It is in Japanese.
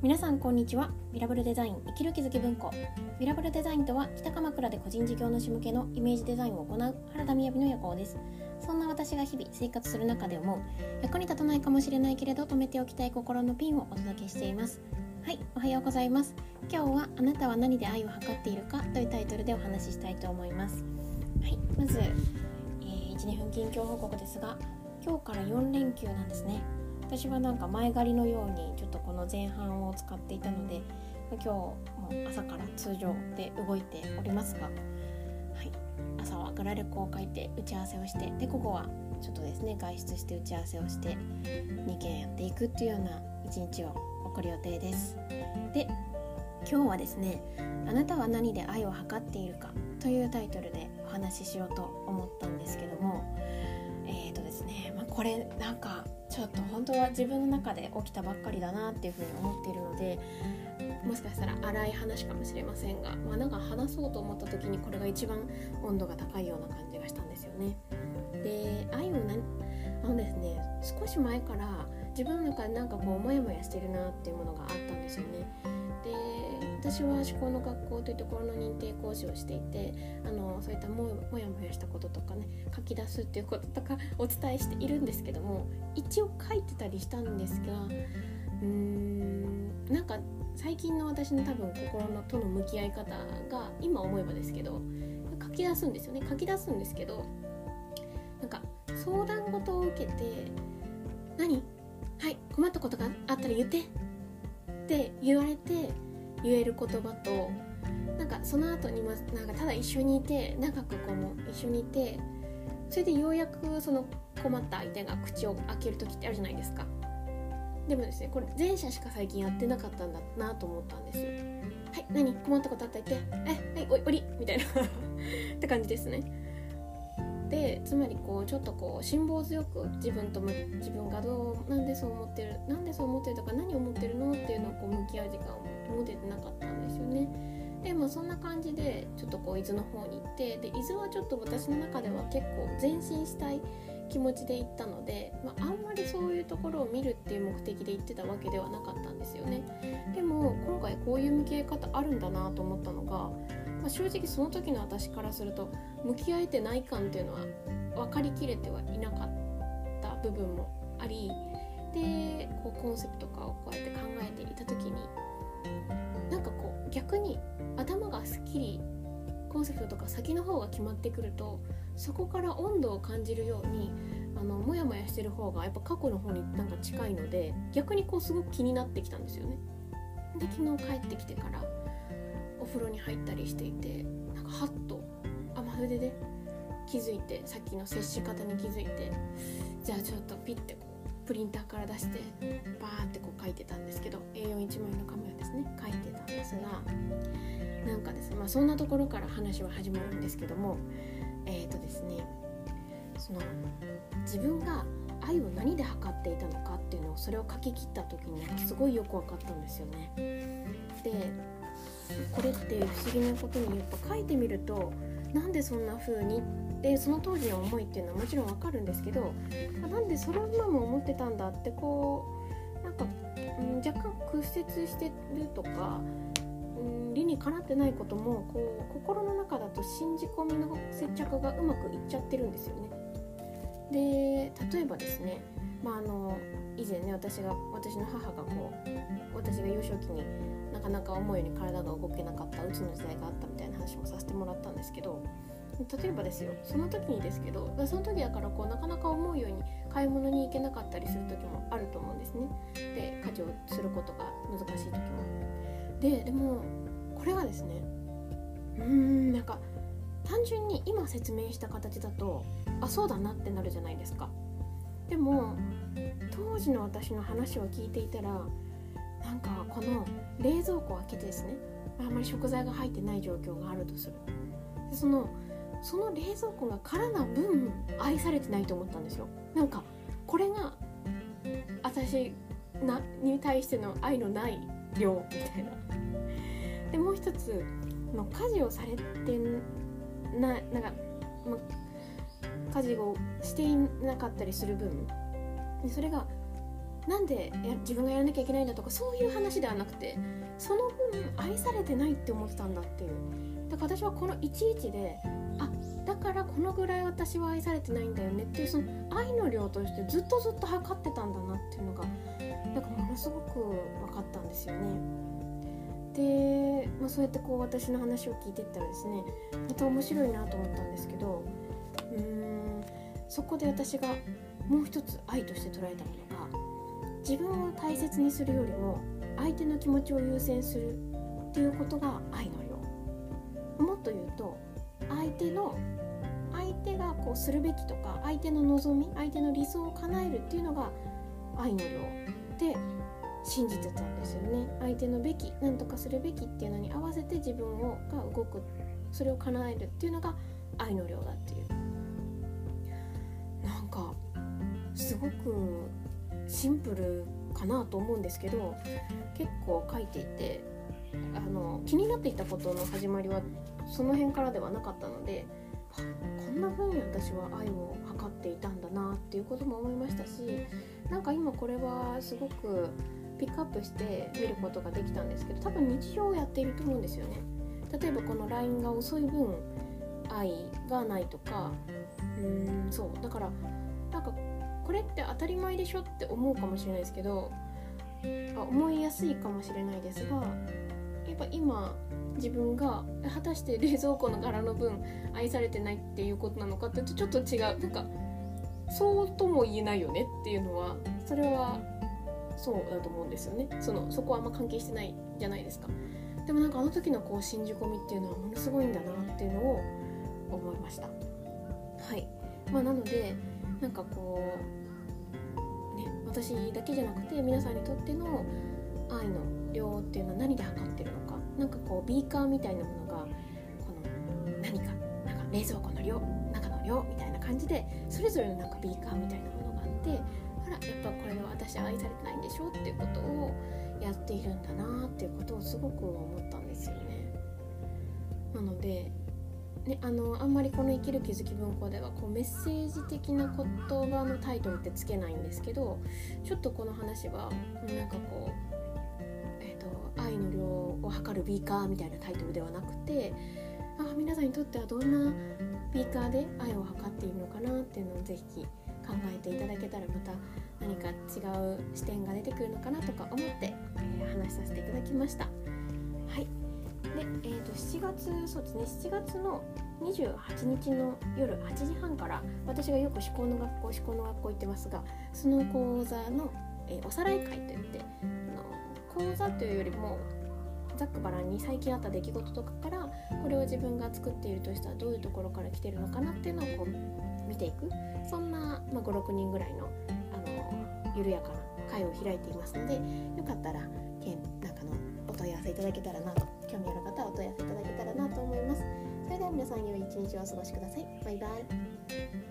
皆さんこんにちは。ミラブルデザイン生きる気づき文庫。ミラブルデザインとは北鎌倉で個人事業主向けのイメージデザインを行う原田みやびの夜行です。そんな私が日々生活する中で思う役に立たないかもしれないけれど止めておきたい心のピンをお届けしています。はい、おはようございます。今日はあなたは何で愛を測っているかというタイトルでお話ししたいと思います。はい、まず、1,2 分近況報告ですが、今日から4連休なんですね。私はなんか前借りのようにちょっとこの前半を使っていたので、今日も朝から通常で動いておりますが、はい、朝はグラレコを書いて打ち合わせをして、で午後はちょっとですね外出して打ち合わせをして2件やっていくっていうような一日を送る予定です。で、今日はですね、あなたは何で愛を測っているかというタイトルでお話ししようと思ったんですけども、ですね、これなんかちょっと本当は自分の中で起きたばっかりだなっていうふうに思っているので、もしかしたら荒い話かもしれませんが、なんか話そうと思った時にこれが一番温度が高いような感じがしたんですよね。で、愛をですね、少し前から自分の中でなんかこうモヤモヤしてるなっていうものがあったんですよね。で、私は思考の学校というところの認定講師をしていて、そういったもやもやしたこととかね、書き出すっていうこととかお伝えしているんですけども、一応書いてたりしたんですが、なんか最近の私の多分心との向き合い方が今思えばですけど、書き出すんですけど、なんか相談事を受けて、何？はい、困ったことがあったら言ってって言われて言える言葉と、なんかその後になんかただ一緒にいて、長くこう一緒にいて、それでようやくその困った相手が口を開ける時ってあるじゃないですか。でもですね、これ前者しか最近やってなかったんだなと思ったんですよ。はい、何？困ったことあったら言って、はい、おりみたいなって感じですね。で、つまりこうちょっとこう辛抱強く自分がなんでそう思ってるとか、何を思ってるのっていうのをこう向き合う時間を持ててなかったんですよね。で、そんな感じでちょっとこう伊豆の方に行って、で伊豆はちょっと私の中では結構前進したい気持ちで行ったので、あんまりそういうところを見るっていう目的で行ってたわけではなかったんですよね。でも今回こういう向き合い方あるんだなと思ったのが、正直その時の私からすると向き合えてない感っていうのは分かりきれてはいなかった部分もあり、でこうコンセプトとかをこうやって考えていた時に、なんかこう逆に頭がすっきりコンセプトとか先の方が決まってくると、そこから温度を感じるようにモヤモヤしてる方がやっぱ過去の方になんか近いので、逆にこうすごく気になってきたんですよね。で、昨日帰ってきてからお風呂に入ったりしていて、なんかハッと筆で気づいて、さっきの接し方に気づいて、じゃあちょっとピッてこうプリンターから出してバーってこう書いてたんですけど、 A41 枚の紙をですね書いてたんですが、なんかですね、そんなところから話は始まるんですけども、ですね、その自分が愛を何で測っていたのかっていうのを、それを書き切った時になんかすごいよく分かったんですよね。で、これって不思議なことにやっぱ書いてみると、なんでそんな風にで、その当時の思いっていうのはもちろんわかるんですけど、なんでそれは今も思ってたんだってこうなんか、若干屈折してるとか、理にかなってないこともこう心の中だと信じ込みの接着がうまくいっちゃってるんですよね。で、例えばですね、以前ね、私の母がこう、私が幼少期になかなか思うように体が動けなかったうつの時代があったみたいな話もさせてもらったんですけど、例えばですよ、その時にですけど、その時だからこうなかなか思うように買い物に行けなかったりする時もあると思うんですね。で、家事をすることが難しい時も。でもこれがですね、なんか単純に今説明した形だと、そうだなってなるじゃないですか。でも当時の私の話を聞いていたら、なんかこの冷蔵庫を開けてですね、あんまり食材が入ってない状況があるとする。で、その冷蔵庫が空な分愛されてないと思ったんですよ。なんかこれが私に対しての愛のない量みたいな。で、もう一つ、家事をされてなんか、家事をしていなかったりする分、でそれがなんで自分がやらなきゃいけないんだとかそういう話ではなくて、その分愛されてないって思ってたんだっていう。だから私はこの11でだからこのぐらい私は愛されてないんだよねっていう、その愛の量としてずっと測ってたんだなっていうのがなんかものすごく分かったんですよね。で、そうやって私の話を聞いてったらですね、また面白いなと思ったんですけど、そこで私がもう一つ愛として捉えたものが、自分を大切にするよりも相手の気持ちを優先するっていうことが愛の量。もっと言うと、相手がするべきとか、相手の望み、相手の理想を叶えるっていうのが愛の量で信じてたんですよね。相手のべき、なんとかするべきっていうのに合わせて自分が動く、それを叶えるっていうのが愛の量だっていう。なんかすごくシンプルかなと思うんですけど、結構書いていて気になっていたことの始まりはその辺からではなかったので、こんな風に私は愛を測っていたんだなっていうことも思いましたし、なんか今これはすごくピックアップして見ることができたんですけど、多分日常をやっていると思うんですよね。例えばこの LINE が遅い分愛がないとか、そうだからなんかこれって当たり前でしょって思うかもしれないですけど、思いやすいかもしれないですが、やっぱ今自分が果たして冷蔵庫の柄の分愛されてないっていうことなのかってちょっと違う、なんかそうとも言えないよねっていうのは、それはそうだと思うんですよね。そこはあんま関係してないじゃないですか。でもなんかあの時の信じ込みっていうのはものすごいんだなっていうのを思いました。はい。なのでなんか私だけじゃなくて皆さんにとっての愛の量っていうのは何で測ってるのか、なんかビーカーみたいなものが何か冷蔵庫の量、中の量みたいな感じでそれぞれのなんかビーカーみたいなものがあって、やっぱこれは私愛されてないんでしょっていうことをやっているんだなっていうことをすごく思ったんですよね。なのであんまりこの生きる気づき文庫ではメッセージ的な言葉のタイトルってつけないんですけど、ちょっとこの話はなんか愛の量を測るビーカーみたいなタイトルではなくて、皆さんにとってはどんなビーカーで愛を測っているのかなっていうのをぜひ考えていただけたら、また何か違う視点が出てくるのかなとか思って、話させていただきました。はい。で、7月の28日の夜8時半から、私がよく思考の学校行ってますが、その講座の、おさらい会といって、講座というよりもざっくばらんに最近あった出来事とかから、これを自分が作っているとしたらどういうところから来てるのかなっていうのを見ていく、そんな、5、6人ぐらいの、緩やかな会を開いていますので、よかったらなんかのお問い合わせいただけたらなと、興味ある方はお問い合わせいただけたらなと思います。それでは皆さん良い一日をお過ごしください。バイバイ。